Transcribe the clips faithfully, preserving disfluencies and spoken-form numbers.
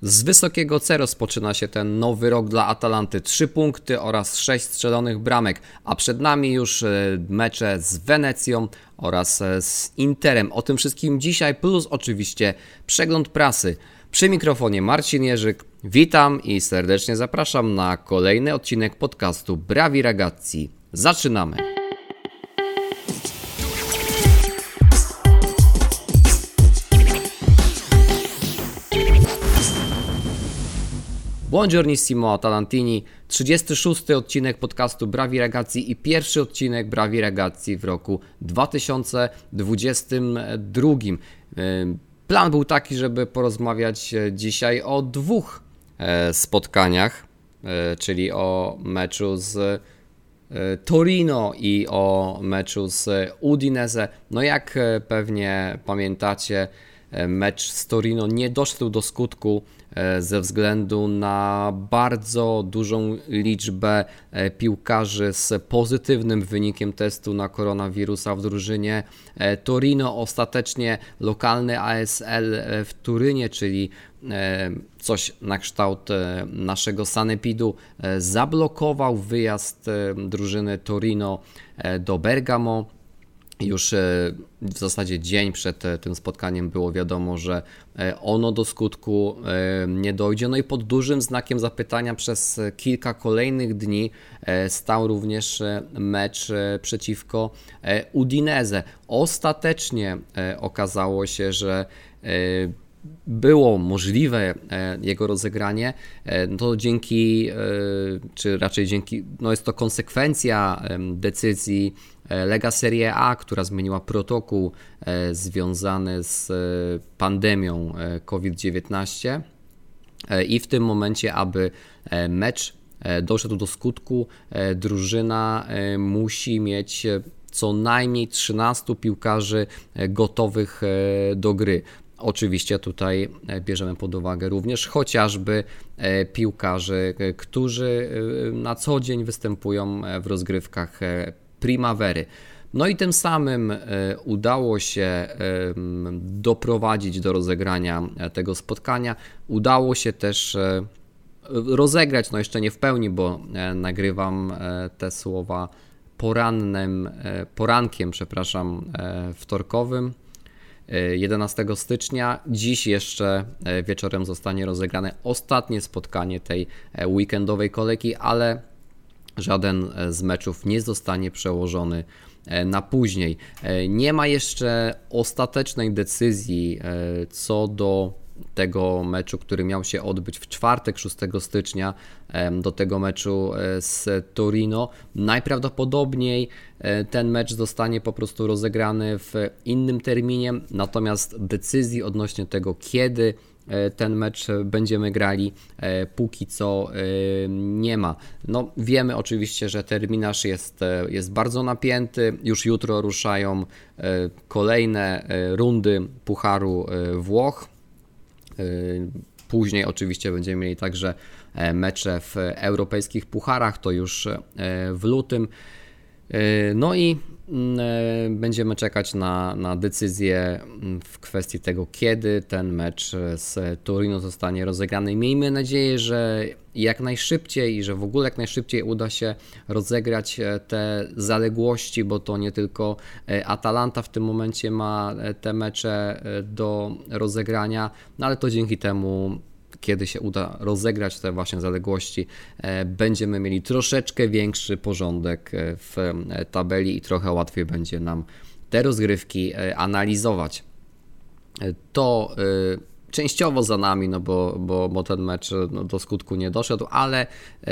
Z wysokiego C rozpoczyna się ten nowy rok dla Atalanty. Trzy punkty oraz sześć strzelonych bramek, a przed nami już mecze z Wenecją oraz z Interem. O tym wszystkim dzisiaj, plus oczywiście przegląd prasy. Przy mikrofonie Marcin Jerzyk. Witam i serdecznie zapraszam na kolejny odcinek podcastu Bravi Ragazzi. Zaczynamy! Buongiornissimo Atalantini, trzydziesty szósty odcinek podcastu Bravi Ragazzi i pierwszy odcinek Bravi Ragazzi w roku dwa tysiące dwudziestym drugim. Plan był taki, żeby porozmawiać dzisiaj o dwóch spotkaniach, czyli o meczu z Torino i o meczu z Udinese. No jak pewnie pamiętacie, mecz z Torino nie doszedł do skutku ze względu na bardzo dużą liczbę piłkarzy z pozytywnym wynikiem testu na koronawirusa w drużynie Torino. Ostatecznie lokalny A S L w Turynie, czyli coś na kształt naszego Sanepidu, zablokował wyjazd drużyny Torino do Bergamo. Już w zasadzie dzień przed tym spotkaniem było wiadomo, że ono do skutku nie dojdzie. No i pod dużym znakiem zapytania przez kilka kolejnych dni stał również mecz przeciwko Udinese. Ostatecznie okazało się, że było możliwe jego rozegranie, to dzięki, czy raczej dzięki, no jest to konsekwencja decyzji Lega Serie A, która zmieniła protokół związany z pandemią COVID dziewiętnaście i w tym momencie, aby mecz doszedł do skutku, drużyna musi mieć co najmniej trzynastu piłkarzy gotowych do gry. Oczywiście tutaj bierzemy pod uwagę również chociażby piłkarzy, którzy na co dzień występują w rozgrywkach Primavery. No i tym samym udało się doprowadzić do rozegrania tego spotkania. Udało się też rozegrać, no jeszcze nie w pełni, bo nagrywam te słowa porannym, porankiem, przepraszam, wtorkowym. jedenastego stycznia. Dziś jeszcze wieczorem zostanie rozegrane ostatnie spotkanie tej weekendowej kolejki, ale żaden z meczów nie zostanie przełożony na później. Nie ma jeszcze ostatecznej decyzji co do tego meczu, który miał się odbyć w czwartek, szóstego stycznia, do tego meczu z Torino. Najprawdopodobniej ten mecz zostanie po prostu rozegrany w innym terminie, natomiast decyzji odnośnie tego, kiedy ten mecz będziemy grali, póki co nie ma. No, wiemy oczywiście, że terminarz jest, jest bardzo napięty. Już jutro ruszają kolejne rundy Pucharu Włoch. Później oczywiście będziemy mieli także mecze w europejskich pucharach, to już w lutym. No i będziemy czekać na, na decyzję w kwestii tego, kiedy ten mecz z Torino zostanie rozegrany. Miejmy nadzieję, że jak najszybciej i że w ogóle jak najszybciej uda się rozegrać te zaległości, bo to nie tylko Atalanta w tym momencie ma te mecze do rozegrania, no ale to dzięki temu, kiedy się uda rozegrać te właśnie zaległości, będziemy mieli troszeczkę większy porządek w tabeli i trochę łatwiej będzie nam te rozgrywki analizować. To częściowo za nami, no bo, bo, bo ten mecz no, do skutku nie doszedł, ale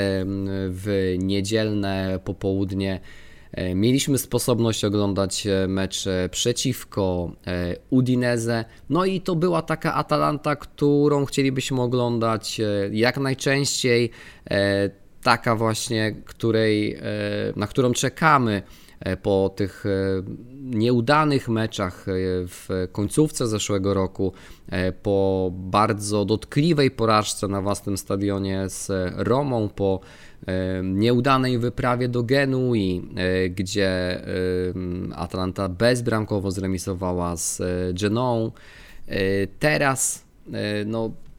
w niedzielne popołudnie mieliśmy sposobność oglądać mecz przeciwko Udinese, no i to była taka Atalanta, którą chcielibyśmy oglądać jak najczęściej, taka właśnie, której, na którą czekamy po tych nieudanych meczach w końcówce zeszłego roku, po bardzo dotkliwej porażce na własnym stadionie z Romą, po nieudanej wyprawie do Genui, gdzie Atalanta bezbramkowo zremisowała z Genoą. Teraz no,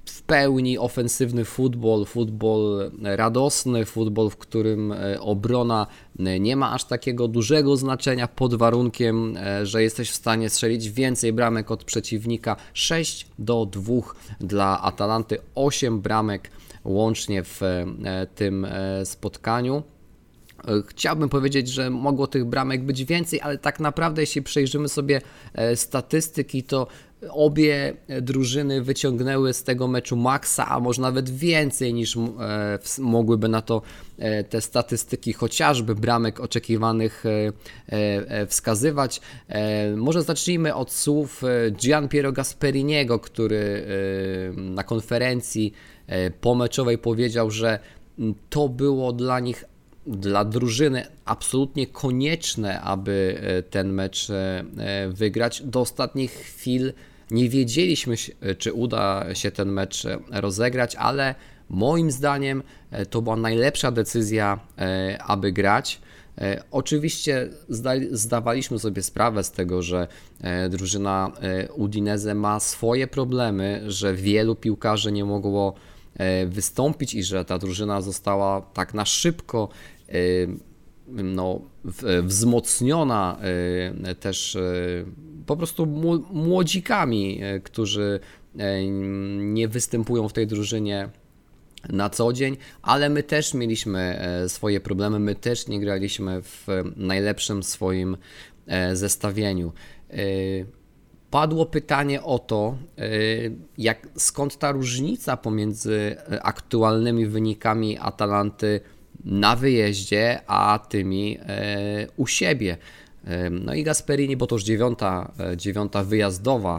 w pełni ofensywny futbol, futbol radosny, futbol, w którym obrona nie ma aż takiego dużego znaczenia pod warunkiem, że jesteś w stanie strzelić więcej bramek od przeciwnika. sześć do dwóch dla Atalanty, osiem bramek łącznie w tym spotkaniu. Chciałbym powiedzieć, że mogło tych bramek być więcej, ale tak naprawdę jeśli przejrzymy sobie statystyki, to obie drużyny wyciągnęły z tego meczu maksa, a może nawet więcej niż mogłyby na to te statystyki chociażby bramek oczekiwanych wskazywać. Może zacznijmy od słów Gian Piero Gasperiniego, który na konferencji pomeczowej powiedział, że to było dla nich, dla drużyny absolutnie konieczne, aby ten mecz wygrać. Do ostatnich chwil nie wiedzieliśmy, czy uda się ten mecz rozegrać, ale moim zdaniem to była najlepsza decyzja, aby grać. Oczywiście zdawaliśmy sobie sprawę z tego, że drużyna Udinese ma swoje problemy, że wielu piłkarzy nie mogło wystąpić i że ta drużyna została tak na szybko no, wzmocniona też po prostu młodzikami, którzy nie występują w tej drużynie na co dzień, ale my też mieliśmy swoje problemy, my też nie graliśmy w najlepszym swoim zestawieniu. Padło pytanie o to, jak, skąd ta różnica pomiędzy aktualnymi wynikami Atalanty na wyjeździe, a tymi u siebie. No i Gasperini, bo to już dziewiąta, dziewiąta wyjazdowa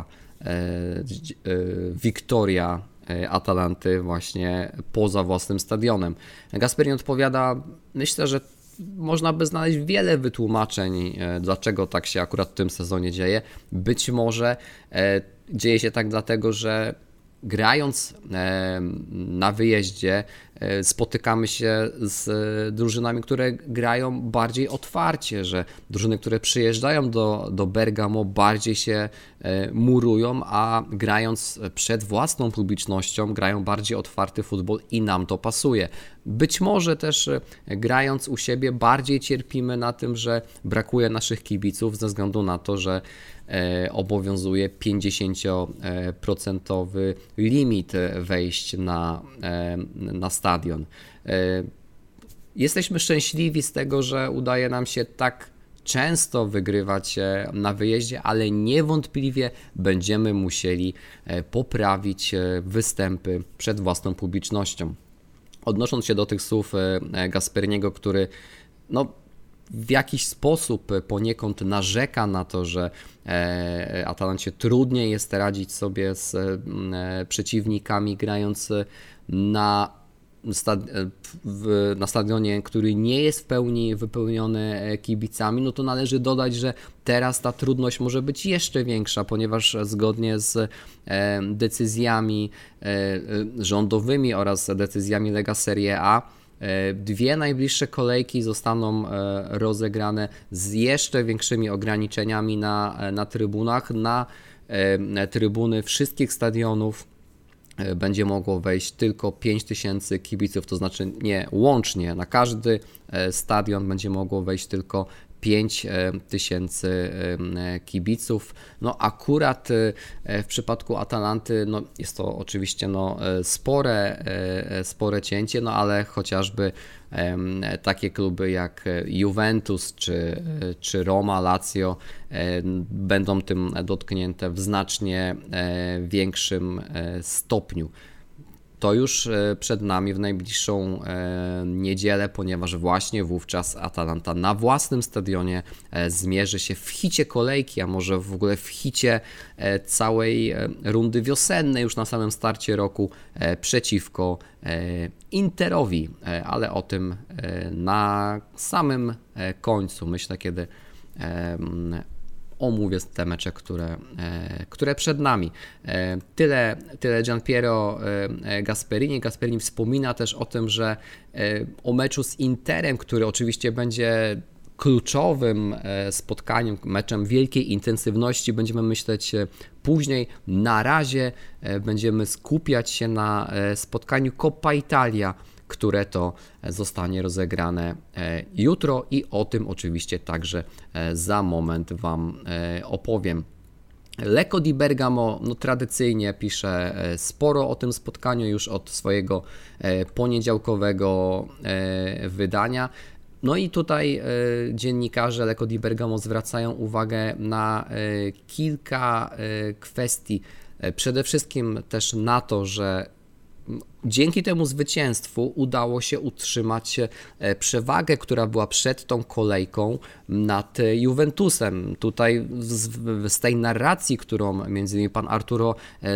wiktoria Atalanty właśnie poza własnym stadionem. Gasperini odpowiada, myślę, że można by znaleźć wiele wytłumaczeń, dlaczego tak się akurat w tym sezonie dzieje. Być może dzieje się tak dlatego, że grając na wyjeździe spotykamy się z drużynami, które grają bardziej otwarcie, że drużyny, które przyjeżdżają do, do Bergamo, bardziej się murują, a grając przed własną publicznością grają bardziej otwarty futbol i nam to pasuje. Być może też grając u siebie bardziej cierpimy na tym, że brakuje naszych kibiców ze względu na to, że obowiązuje pięćdziesięcioprocentowy limit wejść na, na stadion. Jesteśmy szczęśliwi z tego, że udaje nam się tak często wygrywać na wyjeździe, ale niewątpliwie będziemy musieli poprawić występy przed własną publicznością. Odnosząc się do tych słów Gasperiniego, który no, w jakiś sposób poniekąd narzeka na to, że Atalancie trudniej jest radzić sobie z przeciwnikami grając na, na stadionie, który nie jest w pełni wypełniony kibicami, no to należy dodać, że teraz ta trudność może być jeszcze większa, ponieważ zgodnie z decyzjami rządowymi oraz decyzjami Lega Serie A dwie najbliższe kolejki zostaną rozegrane z jeszcze większymi ograniczeniami na, na trybunach. Na trybuny wszystkich stadionów będzie mogło wejść tylko pięć tysięcy kibiców, to znaczy nie łącznie, na każdy stadion będzie mogło wejść tylko pięć tysięcy kibiców. No akurat w przypadku Atalanty no jest to oczywiście no spore, spore cięcie, no ale chociażby takie kluby jak Juventus czy, czy Roma, Lazio będą tym dotknięte w znacznie większym stopniu. To już przed nami w najbliższą niedzielę, ponieważ właśnie wówczas Atalanta na własnym stadionie zmierzy się w hicie kolejki, a może w ogóle w hicie całej rundy wiosennej już na samym starcie roku przeciwko Interowi, ale o tym na samym końcu, myślę, kiedy omówię te mecze, które, które przed nami. Tyle, tyle Gian Piero Gasperini. Gasperini wspomina też o tym, że o meczu z Interem, który oczywiście będzie kluczowym spotkaniem, meczem wielkiej intensywności będziemy myśleć później. Na razie będziemy skupiać się na spotkaniu Coppa Italia, które to zostanie rozegrane jutro i o tym oczywiście także za moment Wam opowiem. Lecco di Bergamo no, tradycyjnie pisze sporo o tym spotkaniu już od swojego poniedziałkowego wydania. No i tutaj dziennikarze Lecco di Bergamo zwracają uwagę na kilka kwestii. Przede wszystkim też na to, że dzięki temu zwycięstwu udało się utrzymać przewagę, która była przed tą kolejką nad Juventusem. Tutaj z, z tej narracji, którą między innymi pan Arturo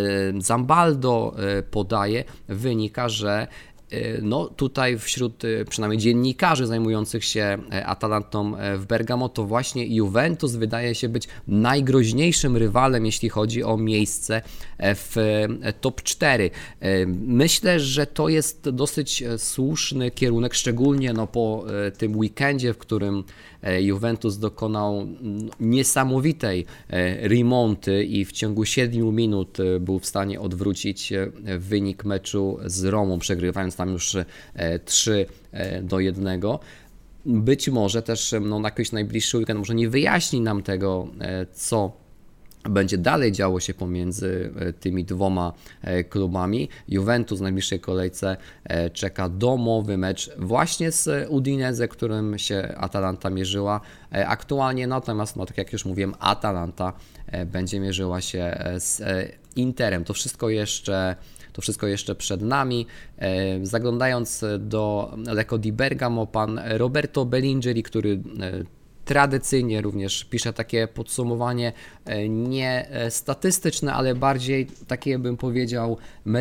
Zambaldo podaje, wynika, że no tutaj wśród przynajmniej dziennikarzy zajmujących się Atalantą w Bergamo to właśnie Juventus wydaje się być najgroźniejszym rywalem, jeśli chodzi o miejsce w top cztery. Myślę, że to jest dosyć słuszny kierunek, szczególnie no po tym weekendzie, w którym Juventus dokonał niesamowitej remonty i w ciągu siedmiu minut był w stanie odwrócić wynik meczu z Romą, przegrywając tam już trzy do jednego. Być może też no, na jakiś najbliższy weekend może nie wyjaśni nam tego, co będzie dalej działo się pomiędzy tymi dwoma klubami. Juventus w najbliższej kolejce czeka domowy mecz właśnie z Udinese, którym się Atalanta mierzyła aktualnie, natomiast no, tak jak już mówiłem, Atalanta będzie mierzyła się z Interem. To wszystko jeszcze To wszystko jeszcze przed nami. Zaglądając do Lecco di Bergamo, pan Roberto Bellingeri, który tradycyjnie również pisze takie podsumowanie nie statystyczne, ale bardziej takie, bym powiedział,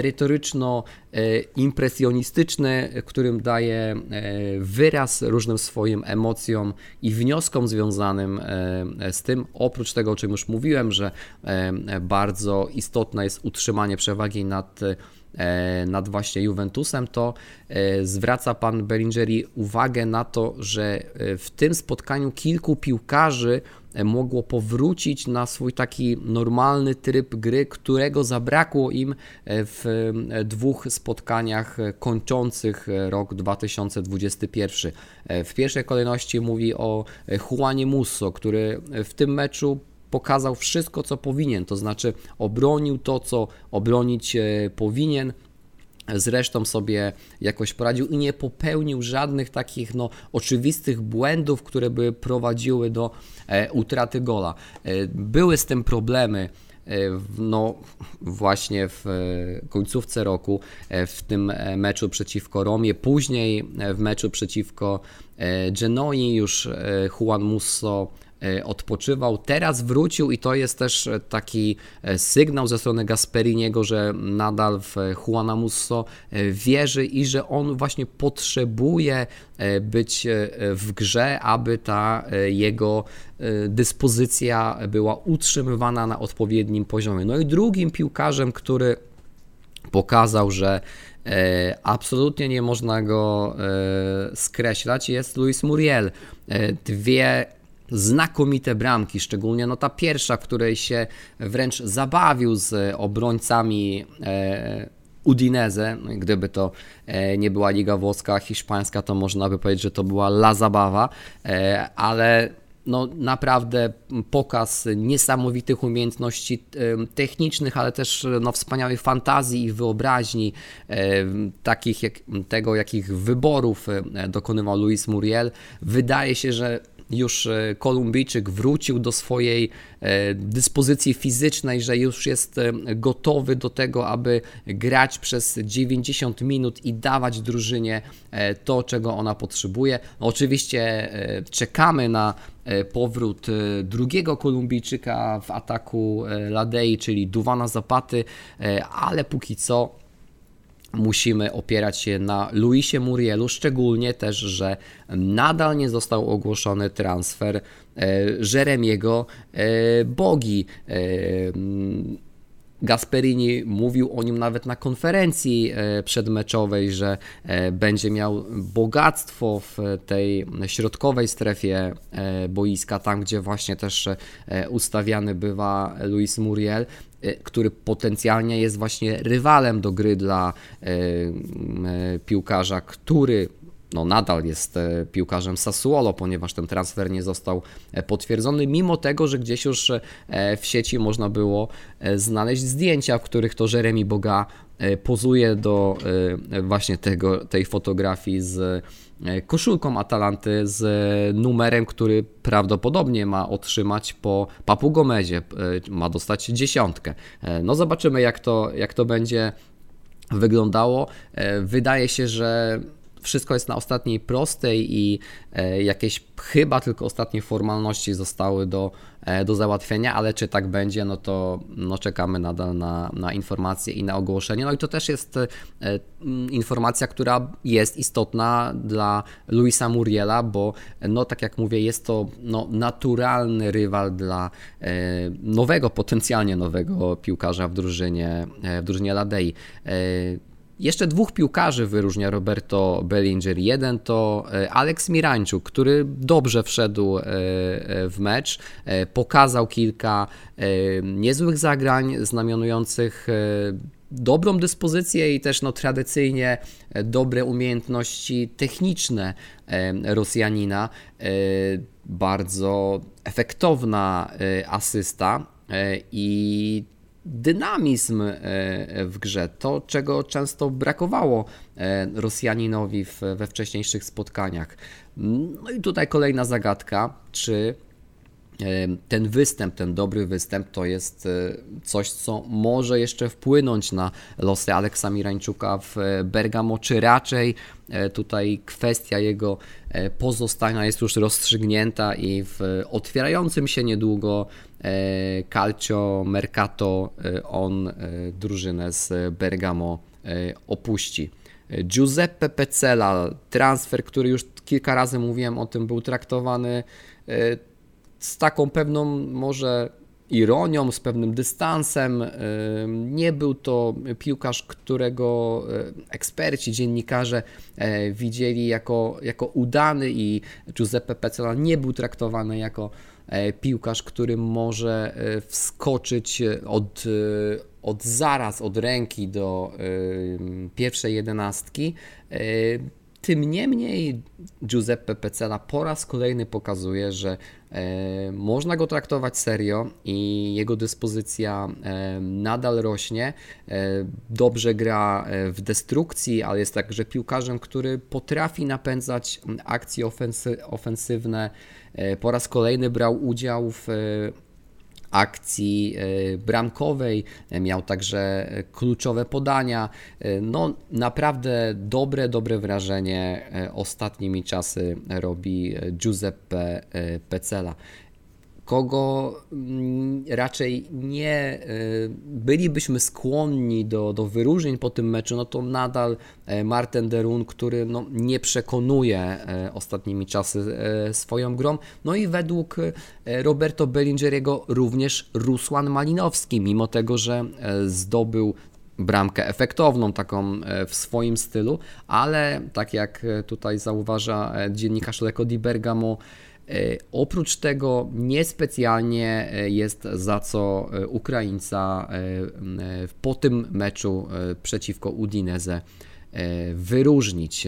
merytoryczno-impresjonistyczne, którym daje wyraz różnym swoim emocjom i wnioskom związanym z tym. Oprócz tego, o czym już mówiłem, że bardzo istotne jest utrzymanie przewagi nad nad właśnie Juventusem, to zwraca pan Bellingeri uwagę na to, że w tym spotkaniu kilku piłkarzy mogło powrócić na swój taki normalny tryb gry, którego zabrakło im w dwóch spotkaniach kończących rok dwa tysiące dwudziesty pierwszy. W pierwszej kolejności mówi o Juanie Musso, który w tym meczu pokazał wszystko, co powinien, to znaczy obronił to, co obronić powinien, zresztą sobie jakoś poradził i nie popełnił żadnych takich no, oczywistych błędów, które by prowadziły do e, utraty gola. E, były z tym problemy no właśnie w końcówce roku, w tym meczu przeciwko Romie, później w meczu przeciwko Genoi już Juan Musso odpoczywał, teraz wrócił i to jest też taki sygnał ze strony Gasperiniego, że nadal w Juana Musso wierzy i że on właśnie potrzebuje być w grze, aby ta jego dyspozycja była utrzymywana na odpowiednim poziomie. No i drugim piłkarzem, który pokazał, że absolutnie nie można go skreślać, jest Luis Muriel. Dwie znakomite bramki, szczególnie no ta pierwsza, w której się wręcz zabawił z obrońcami Udinese. No i gdyby to nie była Liga Włoska, hiszpańska, to można by powiedzieć, że to była la zabawa, ale no naprawdę pokaz niesamowitych umiejętności technicznych, ale też no, wspaniałej fantazji i wyobraźni, takich jak, tego, jakich wyborów dokonywał Luis Muriel. Wydaje się, że już Kolumbijczyk wrócił do swojej dyspozycji fizycznej, że już jest gotowy do tego, aby grać przez dziewięćdziesiąt minut i dawać drużynie to, czego ona potrzebuje. Oczywiście czekamy na powrót drugiego Kolumbijczyka w ataku Ladei, czyli Duvana Zapaty, ale póki co musimy opierać się na Luisie Murielu, szczególnie też, że nadal nie został ogłoszony transfer Jeremiego Bogi. Gasperini mówił o nim nawet na konferencji przedmeczowej, że będzie miał bogactwo w tej środkowej strefie boiska, tam gdzie właśnie też ustawiany bywa Luis Muriel, który potencjalnie jest właśnie rywalem do gry dla piłkarza, który no nadal jest piłkarzem Sassuolo, ponieważ ten transfer nie został potwierdzony, mimo tego, że gdzieś już w sieci można było znaleźć zdjęcia, w których to Jeremy Boga pozuje do właśnie tego, tej fotografii z koszulką Atalanty, z numerem, który prawdopodobnie ma otrzymać po Papu Gomezie, ma dostać dziesiątkę. No zobaczymy, jak to, jak to będzie wyglądało. Wydaje się, że wszystko jest na ostatniej prostej i jakieś chyba tylko ostatnie formalności zostały do, do załatwienia, ale czy tak będzie, no to no czekamy nadal na, na informacje i na ogłoszenie. No i to też jest informacja, która jest istotna dla Luisa Muriela, bo no tak jak mówię, jest to no, naturalny rywal dla nowego, potencjalnie nowego piłkarza w drużynie, w drużynie Ladei. Jeszcze dwóch piłkarzy wyróżnia Roberto Bellinger. Jeden to Alex Mirańczuk, który dobrze wszedł w mecz, pokazał kilka niezłych zagrań znamionujących dobrą dyspozycję i też no, tradycyjnie dobre umiejętności techniczne Rosjanina. Bardzo efektowna asysta i dynamizm w grze, to czego często brakowało Rosjaninowi we wcześniejszych spotkaniach. No i tutaj kolejna zagadka, czy ten występ, ten dobry występ to jest coś, co może jeszcze wpłynąć na losy Aleksa Mirańczuka w Bergamo, czy raczej tutaj kwestia jego pozostania jest już rozstrzygnięta i w otwierającym się niedługo Calcio Mercato on drużynę z Bergamo opuści. Giuseppe Pezzella, transfer, który już kilka razy mówiłem o tym, był traktowany z taką pewną może ironią, z pewnym dystansem. Nie był to piłkarz, którego eksperci, dziennikarze widzieli jako, jako udany i Giuseppe Pezzella nie był traktowany jako piłkarz, który może wskoczyć od, od zaraz, od ręki do pierwszej jedenastki. Tym niemniej Giuseppe Pezzella po raz kolejny pokazuje, że e, można go traktować serio i jego dyspozycja e, nadal rośnie. E, dobrze gra w destrukcji, ale jest także piłkarzem, który potrafi napędzać akcje ofensy, ofensywne. E, po raz kolejny brał udział w e, akcji bramkowej, miał także kluczowe podania. No naprawdę dobre, dobre wrażenie ostatnimi czasy robi Giuseppe Pezzella. Kogo raczej nie bylibyśmy skłonni do, do wyróżnień po tym meczu, no to nadal Marten de Roon, który no nie przekonuje ostatnimi czasy swoją grą. No i według Roberto Bellingeriego również Rusłan Malinowski, mimo tego, że zdobył bramkę efektowną, taką w swoim stylu, ale tak jak tutaj zauważa dziennikarz Lecco di Bergamo, oprócz tego niespecjalnie jest za co Ukraińca po tym meczu przeciwko Udinese wyróżnić.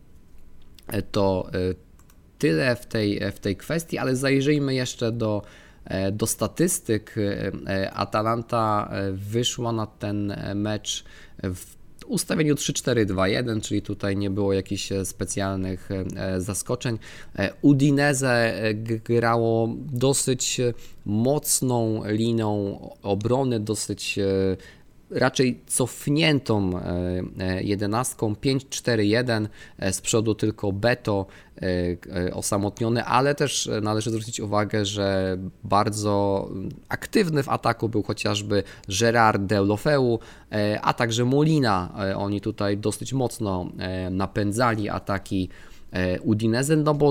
To tyle w tej, w tej kwestii, ale zajrzyjmy jeszcze do, do statystyk. Atalanta wyszła na ten mecz w ustawieniu trzy cztery dwa jeden, czyli tutaj nie było jakichś specjalnych zaskoczeń. Udinese grało dosyć mocną liną obrony, dosyć raczej cofniętą jedenastką, pięć cztery jeden, z przodu tylko Beto osamotniony, ale też należy zwrócić uwagę, że bardzo aktywny w ataku był chociażby Gerard Deulofeu, a także Molina. Oni tutaj dosyć mocno napędzali ataki Udinese, no bo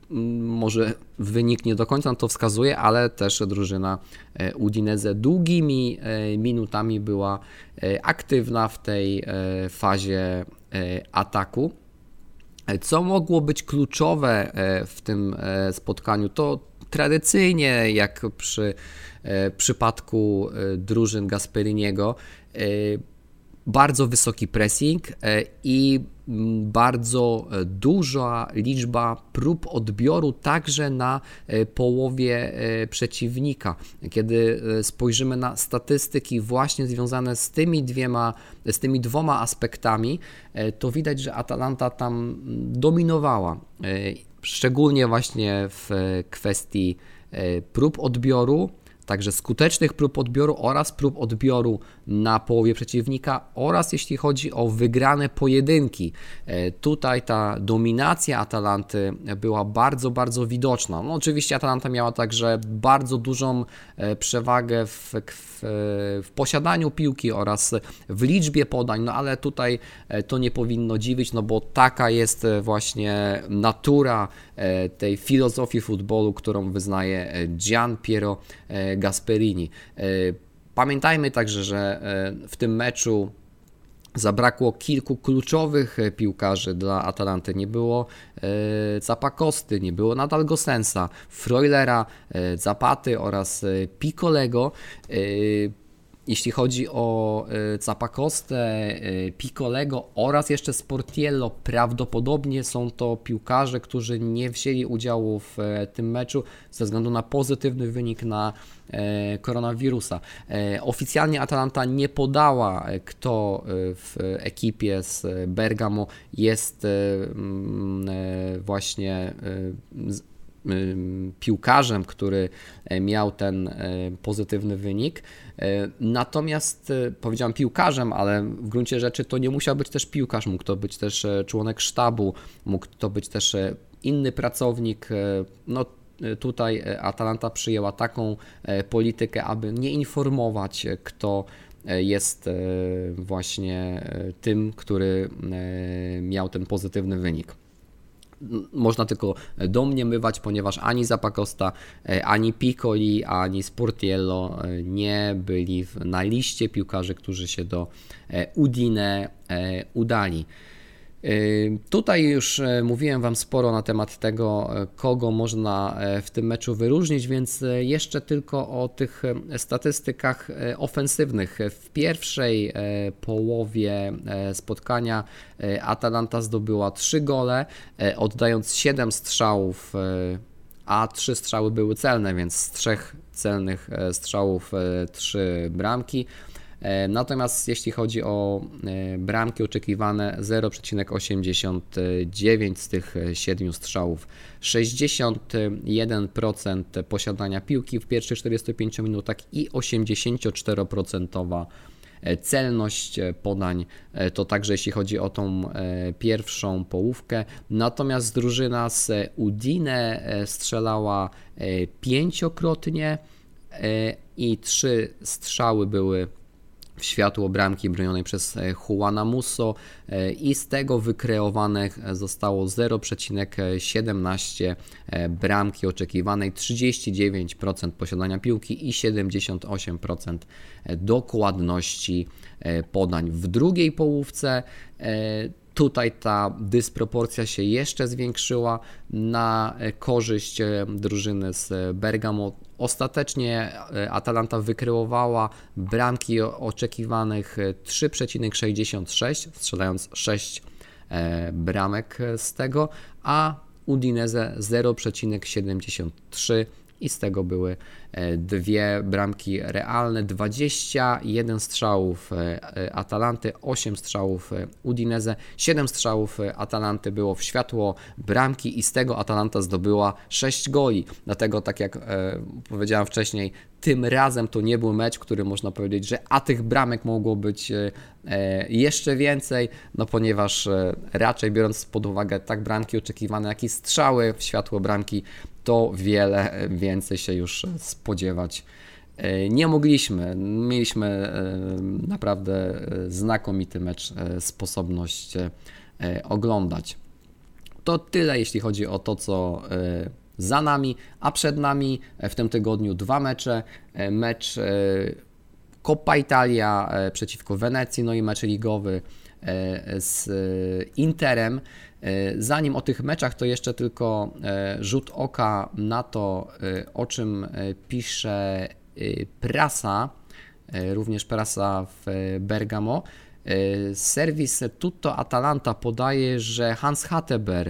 może wynik nie do końca na to wskazuje, ale też drużyna Udinese długimi minutami była aktywna w tej fazie ataku. Co mogło być kluczowe w tym spotkaniu, to tradycyjnie, jak przy przypadku drużyn Gasperiniego, bardzo wysoki pressing i bardzo duża liczba prób odbioru także na połowie przeciwnika. Kiedy spojrzymy na statystyki właśnie związane z tymi dwiema, z tymi dwoma aspektami, to widać, że Atalanta tam dominowała, szczególnie właśnie w kwestii prób odbioru, także skutecznych prób odbioru oraz prób odbioru na połowie przeciwnika oraz jeśli chodzi o wygrane pojedynki. Tutaj ta dominacja Atalanty była bardzo, bardzo widoczna. No oczywiście Atalanta miała także bardzo dużą przewagę w, w, w posiadaniu piłki oraz w liczbie podań, no ale tutaj to nie powinno dziwić, no bo taka jest właśnie natura tej filozofii futbolu, którą wyznaje Gian Piero Gasperini. Pamiętajmy także, że w tym meczu zabrakło kilku kluczowych piłkarzy dla Atalanty. Nie było Zapakosty, nie było Nadal Gossensa, Freulera, Zapaty oraz Piccolego. Jeśli chodzi o Zapakostę, Piccolego oraz jeszcze Sportiello, prawdopodobnie są to piłkarze, którzy nie wzięli udziału w tym meczu ze względu na pozytywny wynik na koronawirusa. Oficjalnie Atalanta nie podała, kto w ekipie z Bergamo jest właśnie piłkarzem, który miał ten pozytywny wynik. Natomiast powiedziałem piłkarzem, ale w gruncie rzeczy to nie musiał być też piłkarz, mógł to być też członek sztabu, mógł to być też inny pracownik. No tutaj Atalanta przyjęła taką politykę, aby nie informować, kto jest właśnie tym, który miał ten pozytywny wynik. Można tylko domniemywać, ponieważ ani Zappacosta, ani Piccoli, ani Sportiello nie byli na liście piłkarzy, którzy się do Udine udali. Tutaj już mówiłem Wam sporo na temat tego, kogo można w tym meczu wyróżnić, więc jeszcze tylko o tych statystykach ofensywnych. W pierwszej połowie spotkania Atalanta zdobyła trzy gole, oddając siedem strzałów, a trzy strzały były celne, więc z trzech celnych strzałów trzy bramki. Natomiast jeśli chodzi o bramki oczekiwane, zero przecinek osiemdziesiąt dziewięć z tych siedmiu strzałów. sześćdziesiąt jeden procent posiadania piłki w pierwszych czterdziestu pięciu minutach i osiemdziesiąt cztery procent celność podań, to także jeśli chodzi o tą pierwszą połówkę. Natomiast drużyna z Udine strzelała pięciokrotnie i trzy strzały były w światło bramki bronionej przez Juana Musso i z tego wykreowanych zostało zero przecinek siedemnaście bramki oczekiwanej, trzydzieści dziewięć procent posiadania piłki i siedemdziesiąt osiem procent dokładności podań. W drugiej połówce tutaj ta dysproporcja się jeszcze zwiększyła na korzyść drużyny z Bergamo. Ostatecznie Atalanta wykreowała bramki oczekiwanych trzy przecinek sześćdziesiąt sześć, strzelając sześć bramek z tego, a Udinese zero przecinek siedemdziesiąt trzy i z tego były dwie bramki realne, dwadzieścia jeden strzałów Atalanty, osiem strzałów Udinese, siedem strzałów Atalanty było w światło bramki i z tego Atalanta zdobyła sześć goli. Dlatego, tak jak powiedziałem wcześniej, tym razem to nie był mecz, który można powiedzieć, że a tych bramek mogło być jeszcze więcej, no ponieważ raczej biorąc pod uwagę tak bramki oczekiwane, jak i strzały w światło bramki, to wiele więcej się już spodziewać nie mogliśmy. Mieliśmy naprawdę znakomity mecz, sposobność oglądać. to tyle, jeśli chodzi o to, co za nami, a przed nami w tym tygodniu dwa mecze. Mecz Coppa Italia przeciwko Wenecji, no i mecz ligowy z Interem. Zanim o tych meczach, to jeszcze tylko rzut oka na to, o czym pisze prasa, również prasa w Bergamo. Serwis Tutto Atalanta podaje, że Hans Hatteber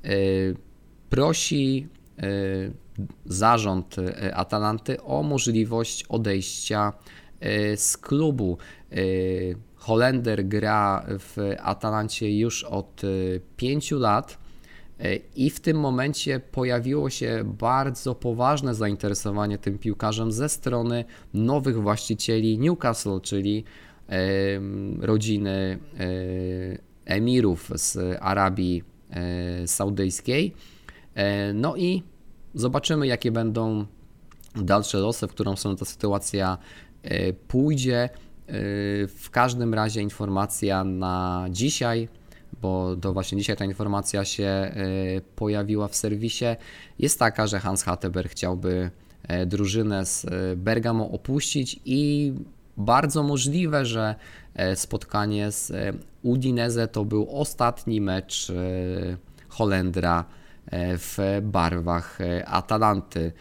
prosi zarząd Atalanty o możliwość odejścia z klubu. Holender gra w Atalancie już od pięciu lat i w tym momencie pojawiło się bardzo poważne zainteresowanie tym piłkarzem ze strony nowych właścicieli Newcastle, czyli rodziny emirów z Arabii Saudyjskiej. No i zobaczymy, jakie będą dalsze losy, w którą stronę ta sytuacja pójdzie. W każdym razie informacja na dzisiaj, bo to właśnie dzisiaj ta informacja się pojawiła w serwisie, jest taka, że Hans Hatteber chciałby drużynę z Bergamo opuścić i bardzo możliwe, że spotkanie z Udinese to był ostatni mecz Holendra w barwach Atalanty.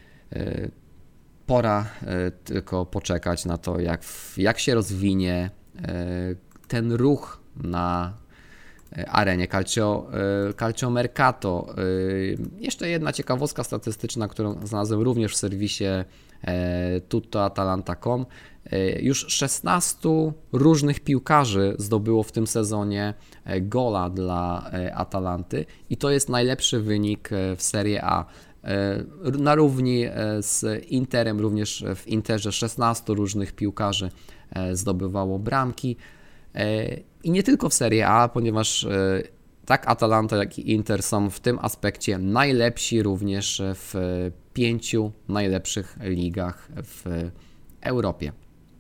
Pora tylko poczekać na to, jak, jak się rozwinie ten ruch na arenie Calcio, Calciomercato. Jeszcze jedna ciekawostka statystyczna, którą znalazłem również w serwisie tutto atalanta kropka com. Już szesnastu różnych piłkarzy zdobyło w tym sezonie gola dla Atalanty i to jest najlepszy wynik w Serie A. Na równi z Interem, również w Interze szesnastu różnych piłkarzy zdobywało bramki i nie tylko w Serie A, ponieważ tak Atalanta, jak i Inter są w tym aspekcie najlepsi również w pięciu najlepszych ligach w Europie.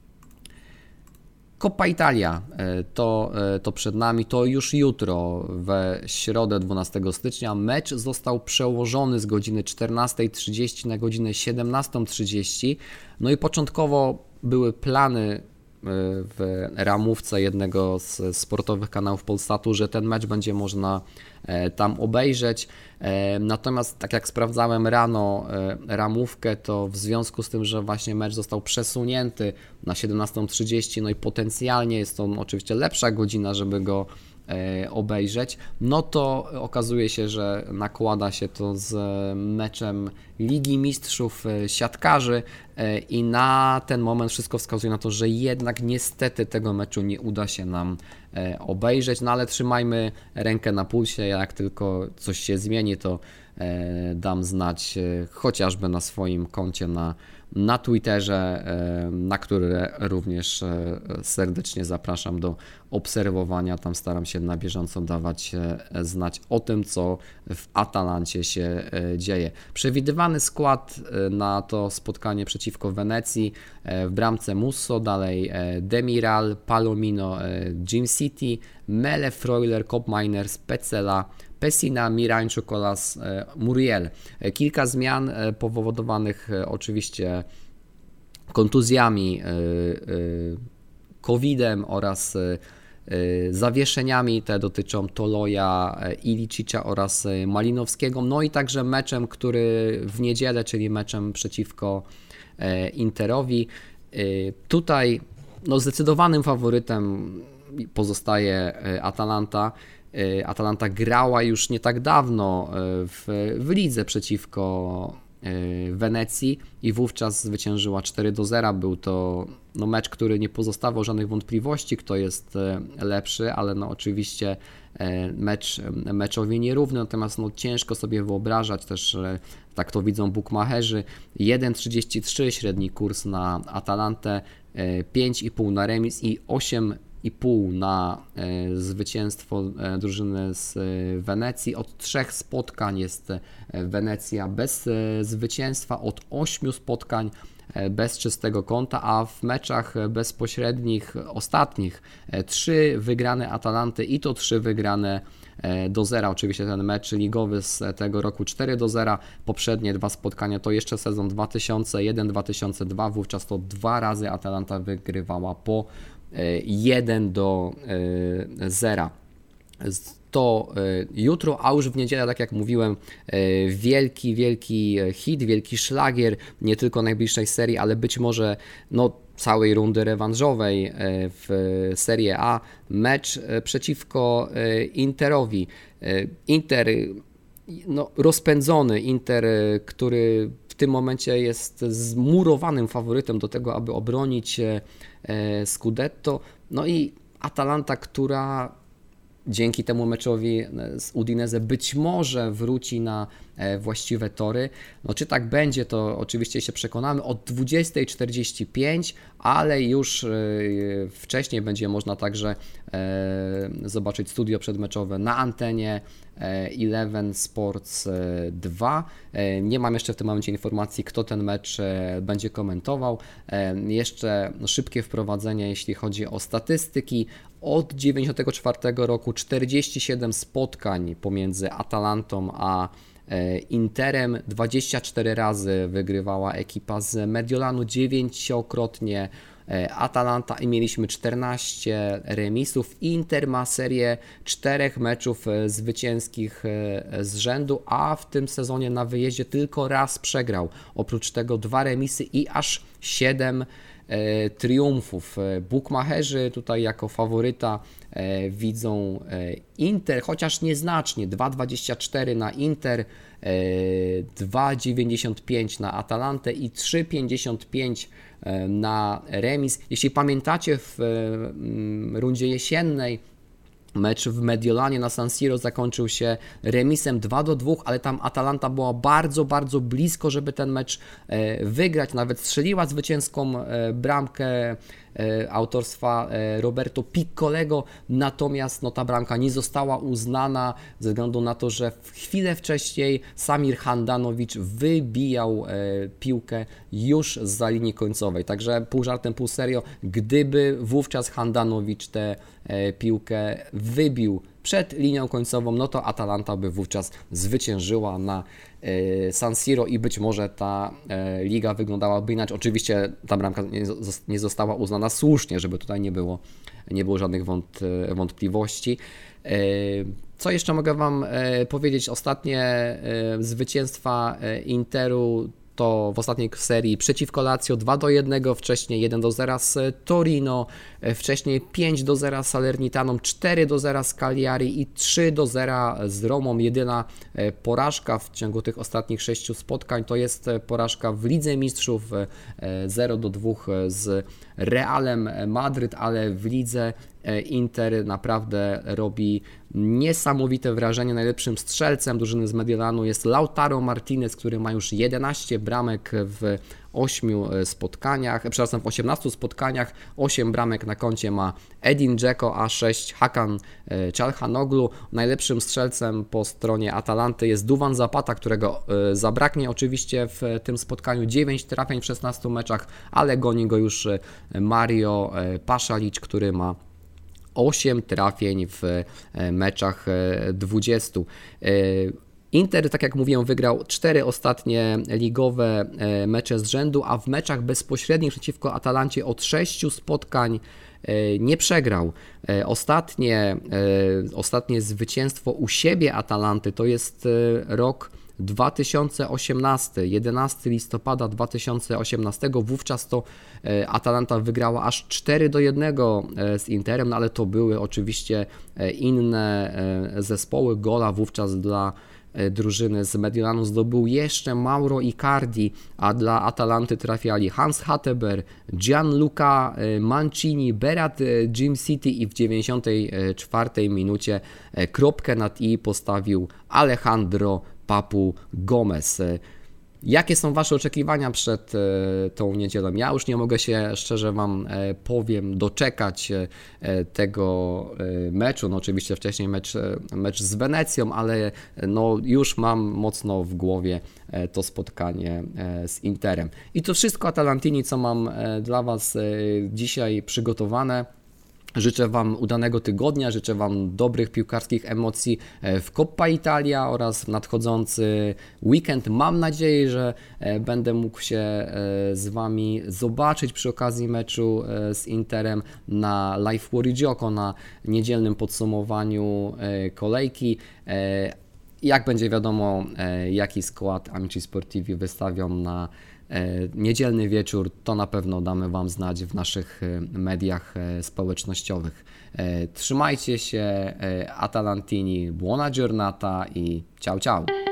Coppa Italia to, to przed nami, to już jutro, we środę dwunastego stycznia. Mecz został przełożony z godziny czternastej trzydzieści na godzinę siedemnastą trzydzieści. No i początkowo były plany w ramówce jednego z sportowych kanałów Polsatu, że ten mecz będzie można tam obejrzeć. Natomiast tak jak sprawdzałem rano ramówkę, to w związku z tym, że właśnie mecz został przesunięty na siedemnastą trzydzieści, no i potencjalnie jest to oczywiście lepsza godzina, żeby go obejrzeć, no to okazuje się, że nakłada się to z meczem Ligi Mistrzów Siatkarzy i na ten moment wszystko wskazuje na to, że jednak niestety tego meczu nie uda się nam obejrzeć, no ale trzymajmy rękę na pulsie, jak tylko coś się zmieni, to dam znać chociażby na swoim koncie na, na Twitterze, na który również serdecznie zapraszam do obserwowania. Tam staram się na bieżąco dawać znać o tym, co w Atalancie się dzieje. Przewidywany skład na to spotkanie przeciwko Wenecji: w bramce Musso, dalej Demiral, Palomino, Jim City, Mele, Freuler, Koopmeiners, Petzela, Pessina, Mirańczuk oraz Muriel. Kilka zmian powodowanych oczywiście kontuzjami, kowidem oraz zawieszeniami. Te dotyczą Toloja, Ilicicia oraz Malinowskiego. No i także meczem, który w niedzielę, czyli meczem przeciwko Interowi. Tutaj no, zdecydowanym faworytem pozostaje Atalanta. Atalanta grała już nie tak dawno w, w lidze przeciwko Wenecji i wówczas zwyciężyła cztery do zera. Był to no, mecz, który nie pozostawał żadnych wątpliwości, kto jest lepszy, ale no, oczywiście mecz meczowi nierówny, natomiast no, ciężko sobie wyobrażać też, tak to widzą bukmacherzy, jeden trzydzieści trzy średni kurs na Atalantę, pięć i pół na remis i osiem i pół na zwycięstwo drużyny z Wenecji. Od trzech spotkań jest Wenecja bez zwycięstwa, od ośmiu spotkań bez czystego kąta, a w meczach bezpośrednich ostatnich trzy wygrane Atalanty i to trzy wygrane do zera. Oczywiście ten mecz ligowy z tego roku cztery do zera, poprzednie dwa spotkania to jeszcze sezon dwa tysiące jeden dwa tysiące dwa, wówczas to dwa razy Atalanta wygrywała po jeden do zera. To jutro, a już w niedzielę, tak jak mówiłem, wielki, wielki hit, wielki szlagier, nie tylko najbliższej serii, ale być może no, całej rundy rewanżowej w Serie A, mecz przeciwko Interowi. Inter, no, rozpędzony Inter, który w tym momencie jest zmurowanym faworytem do tego, aby obronić Scudetto, no i Atalanta, która dzięki temu meczowi z Udinese być może wróci na właściwe tory. No, czy tak będzie, to oczywiście się przekonamy od dwudziestej czterdzieści pięć, ale już wcześniej będzie można także zobaczyć studio przedmeczowe na antenie Eleven Sports dwa. Nie mam jeszcze w tym momencie informacji, kto ten mecz będzie komentował. Jeszcze szybkie wprowadzenie, jeśli chodzi o statystyki. Od dziewięćdziesiątego czwartego roku czterdzieści siedem spotkań pomiędzy Atalantą a Interem, dwadzieścia cztery razy wygrywała ekipa z Mediolanu, dziewięciokrotnie Atalanta i mieliśmy czternaście remisów. Inter ma serię czterech meczów zwycięskich z rzędu, a w tym sezonie na wyjeździe tylko raz przegrał. Oprócz tego dwa remisy i aż siedem triumfów. Bukmacherzy tutaj jako faworyta widzą Inter, chociaż nieznacznie, dwa dwadzieścia cztery na Inter, dwa dziewięćdziesiąt pięć na Atalantę i trzy pięćdziesiąt pięć na remis. Jeśli pamiętacie, w rundzie jesiennej mecz w Mediolanie na San Siro zakończył się remisem dwa do dwóch, ale tam Atalanta była bardzo, bardzo blisko, żeby ten mecz wygrać. Nawet strzeliła zwycięską bramkę autorstwa Roberto Piccolego, natomiast no, ta bramka nie została uznana ze względu na to, że w chwilę wcześniej Samir Handanovic wybijał piłkę już zza linii końcowej. Także pół żartem, pół serio, gdyby wówczas Handanovic tę piłkę wybił przed linią końcową, no to Atalanta by wówczas zwyciężyła na San Siro i być może ta liga wyglądałaby inaczej. Oczywiście ta bramka nie została uznana słusznie, żeby tutaj nie było, nie było żadnych wąt, wątpliwości. Co jeszcze mogę Wam powiedzieć? Ostatnie zwycięstwa Interu to w ostatniej serii przeciwko Lazio dwa do jednego, wcześniej jeden do zera z Torino, wcześniej pięć do zera z Salernitaną, cztery do zera z Cagliari i trzy do zera z Romą. Jedyna porażka w ciągu tych ostatnich sześciu spotkań to jest porażka w Lidze Mistrzów zero do dwóch z Realem Madryt, ale w lidze Inter naprawdę robi niesamowite wrażenie. Najlepszym strzelcem drużyny z Mediolanu jest Lautaro Martinez, który ma już jedenaście bramek w ośmiu spotkaniach, przepraszam, w osiemnastu spotkaniach, osiem bramek na koncie ma Edin Dzeko, a sześć Hakan Çalhanoğlu. Najlepszym strzelcem po stronie Atalanty jest Duvan Zapata, którego zabraknie oczywiście w tym spotkaniu, dziewięć trafień w szesnastu meczach, ale goni go już Mario Pasalic, który ma osiem trafień w meczach dwudziestu. Inter, tak jak mówiłem, wygrał cztery ostatnie ligowe mecze z rzędu, a w meczach bezpośrednich przeciwko Atalancie od sześciu spotkań nie przegrał. Ostatnie, ostatnie zwycięstwo u siebie Atalanty to jest rok dwa tysiące osiemnasty, jedenastego listopada dwa tysiące osiemnastego, wówczas to Atalanta wygrała aż cztery do jednego z Interem, no ale to były oczywiście inne zespoły. Gola wówczas dla drużyny z Mediolanu zdobył jeszcze Mauro Icardi, a dla Atalanty trafiali Hans Hatteber, Gianluca Mancini, Berat Djimsiti i w dziewięćdziesiątej czwartej minucie kropkę nad i postawił Alejandro Papu Gomez. Jakie są Wasze oczekiwania przed e, tą niedzielą? Ja już nie mogę się, szczerze Wam e, powiem, doczekać e, tego e, meczu. No oczywiście wcześniej mecz, e, mecz z Wenecją, ale e, no już mam mocno w głowie e, to spotkanie e, z Interem. I to wszystko, Atalantini, co mam e, dla Was e, dzisiaj przygotowane. Życzę Wam udanego tygodnia, życzę Wam dobrych piłkarskich emocji w Coppa Italia oraz w nadchodzący weekend. Mam nadzieję, że będę mógł się z Wami zobaczyć przy okazji meczu z Interem na Live Fuori Gioco, na niedzielnym podsumowaniu kolejki. Jak będzie wiadomo, jaki skład Amici Sportivi wystawią na niedzielny wieczór, to na pewno damy Wam znać w naszych mediach społecznościowych. Trzymajcie się, Atalantini, buona giornata i ciao ciao!